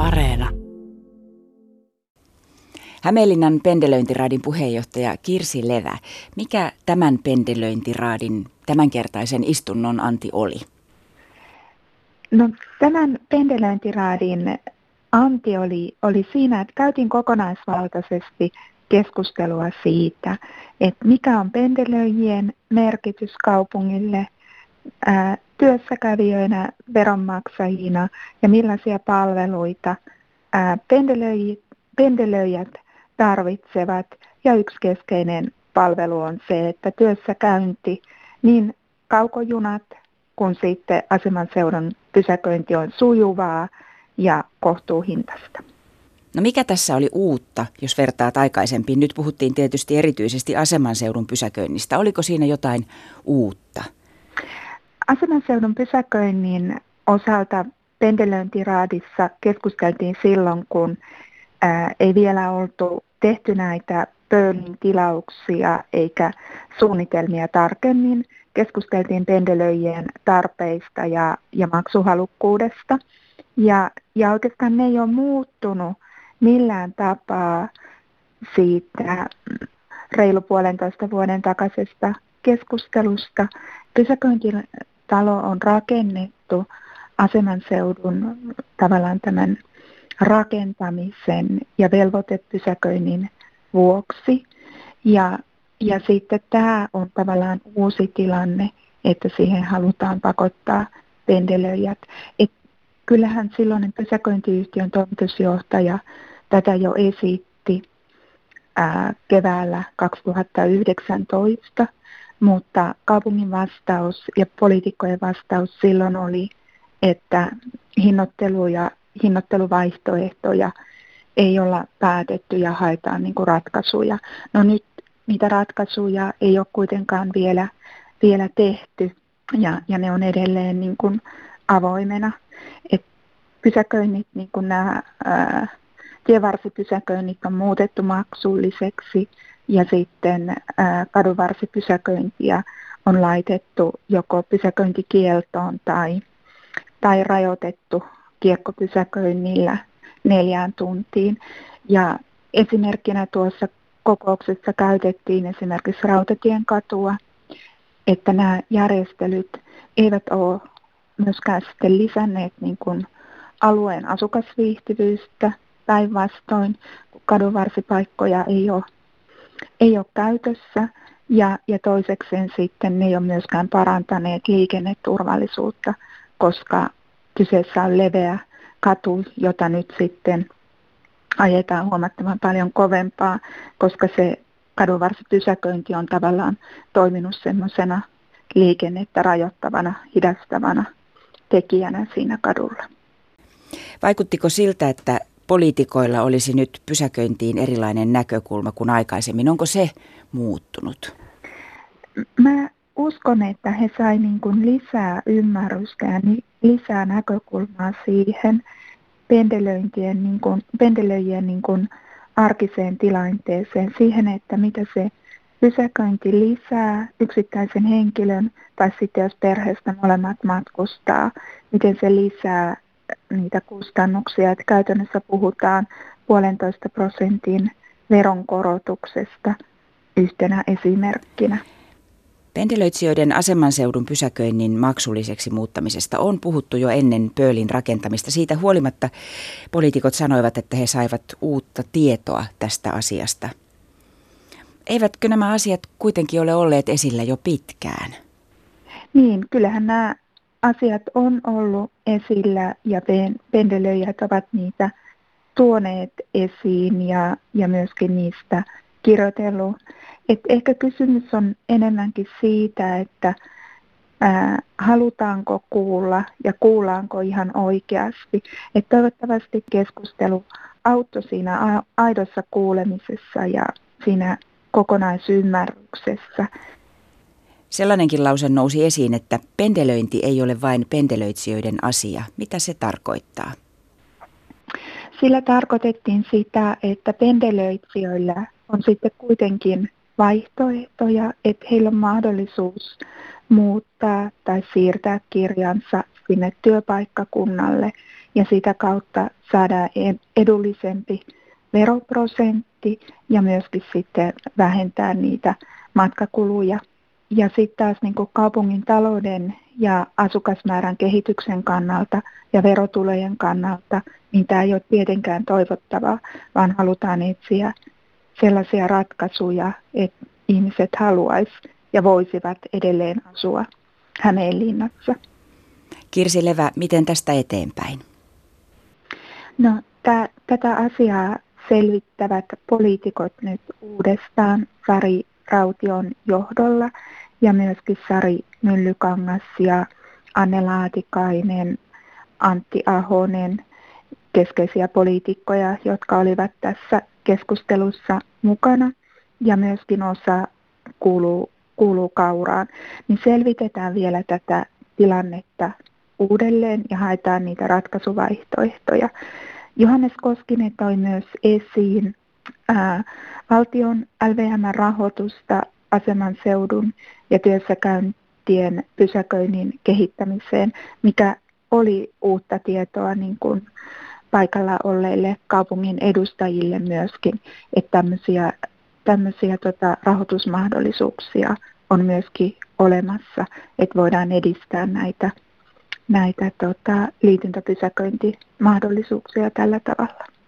Areena. Hämeenlinnan pendelöintiraadin puheenjohtaja Kirsi Levä. Mikä tämän pendelöintiraadin tämänkertaisen istunnon anti oli? No, tämän pendelöintiraadin anti oli siinä, että käytiin kokonaisvaltaisesti keskustelua siitä, että mikä on pendelöijien merkitys kaupungille työssäkävijöinä, veronmaksajina ja millaisia palveluita pendelöijät tarvitsevat. Ja yksi keskeinen palvelu on se, että työssäkäynti, niin kaukojunat kuin sitten asemanseudun pysäköinti on sujuvaa ja kohtuuhintaista. No mikä tässä oli uutta, jos vertaat aikaisempiin? Nyt puhuttiin tietysti erityisesti asemanseudun pysäköinnistä. Oliko siinä jotain uutta? Asemanseudun pysäköinnin osalta pendelöintiraadissa keskusteltiin silloin, kun ei vielä oltu tehty näitä Pöölin tilauksia eikä suunnitelmia tarkemmin. Keskusteltiin pendelöijien tarpeista ja maksuhalukkuudesta. Ja oikeastaan ne ei ole muuttunut millään tapaa siitä reilu 1,5 vuoden takaisesta keskustelusta. Pysäköintitalo on rakennettu asemanseudun tavallaan tämän rakentamisen ja velvoitepysäköinnin vuoksi. Ja sitten tämä on tavallaan uusi tilanne, että siihen halutaan pakottaa pendelöijät. Et kyllähän silloinen pysäköintiyhtiön toimitusjohtaja tätä jo esitti keväällä 2019, mutta kaupungin vastaus ja poliitikkojen vastaus silloin oli, että hinnoitteluvaihtoehtoja ei olla päätetty ja haetaan niin kuin ratkaisuja. No nyt niitä ratkaisuja ei ole kuitenkaan vielä tehty ja ne on edelleen niin kuin avoimena. Et pysäköinnit, niin kuin nämä tienvarsipysäköinnit on muutettu maksulliseksi ja sitten kadunvarsipysäköintiä on laitettu joko pysäköintikieltoon tai rajoitettu kiekkopysäköinnillä 4 tuntiin. Ja esimerkkinä tuossa kokouksessa käytettiin esimerkiksi Rautatien katua, että nämä järjestelyt eivät ole myöskään sitten lisänneet niin kuin alueen asukasviihtyvyyttä. Päinvastoin, kun kadunvarsipaikkoja ei ole käytössä ja toisekseen sitten ne ei ole myöskään parantaneet liikenneturvallisuutta, koska kyseessä on leveä katu, jota nyt sitten ajetaan huomattavan paljon kovempaa, koska se kadunvarsipysäköinti on tavallaan toiminut semmoisena liikennettä rajoittavana, hidastavana tekijänä siinä kadulla. Vaikuttiko siltä, että poliitikoilla olisi nyt pysäköintiin erilainen näkökulma kuin aikaisemmin? Onko se muuttunut? Mä uskon, että he sai niin kuin lisää ymmärrystä ja lisää näkökulmaa siihen pendelöijien niin kuin arkiseen tilanteeseen, siihen, että mitä se pysäköinti lisää yksittäisen henkilön tai sitten jos perheestä molemmat matkustaa, miten se lisää niitä kustannuksia. Että käytännössä puhutaan 1,5% veronkorotuksesta yhtenä esimerkkinä. Pendelöitsijöiden asemanseudun pysäköinnin maksulliseksi muuttamisesta on puhuttu jo ennen Pöölin rakentamista. Siitä huolimatta poliitikot sanoivat, että he saivat uutta tietoa tästä asiasta. Eivätkö nämä asiat kuitenkin ole olleet esillä jo pitkään? Niin, kyllähän nämä asiat on ollut esillä ja pendelöijät ovat niitä tuoneet esiin ja myöskin niistä kirjoitellut. Et ehkä kysymys on enemmänkin siitä, että halutaanko kuulla ja kuullaanko ihan oikeasti. Et toivottavasti keskustelu auttoi siinä aidossa kuulemisessa ja siinä kokonaisymmärryksessä. Sellainenkin lause nousi esiin, että pendelöinti ei ole vain pendelöitsijöiden asia. Mitä se tarkoittaa? Sillä tarkoitettiin sitä, että pendelöitsijöillä on sitten kuitenkin vaihtoehtoja, että heillä on mahdollisuus muuttaa tai siirtää kirjansa sinne työpaikkakunnalle ja sitä kautta saada edullisempi veroprosentti ja myöskin sitten vähentää niitä matkakuluja. Ja sitten taas niin kuin kaupungin talouden ja asukasmäärän kehityksen kannalta ja verotulojen kannalta, niin tämä ei ole tietenkään toivottavaa, vaan halutaan etsiä sellaisia ratkaisuja, että ihmiset haluaisivat ja voisivat edelleen asua Hämeenlinnassa. Kirsi Levä, miten tästä eteenpäin? No, tätä asiaa selvittävät poliitikot nyt uudestaan Sari Raution johdolla ja myöskin Sari Myllykangas ja Anne Laatikainen, Antti Ahonen, keskeisiä poliitikkoja, jotka olivat tässä keskustelussa mukana ja myöskin osa kuuluu Kauraan, niin selvitetään vielä tätä tilannetta uudelleen ja haetaan niitä ratkaisuvaihtoehtoja. Johannes Koskinen toi myös esiin valtion LVM-rahoitusta aseman seudun ja työssäkäyntien pysäköinnin kehittämiseen, mikä oli uutta tietoa niin kuin paikalla olleille kaupungin edustajille myöskin, että tämmöisiä rahoitusmahdollisuuksia on myöskin olemassa, että voidaan edistää näitä liityntäpysäköintimahdollisuuksia tällä tavalla.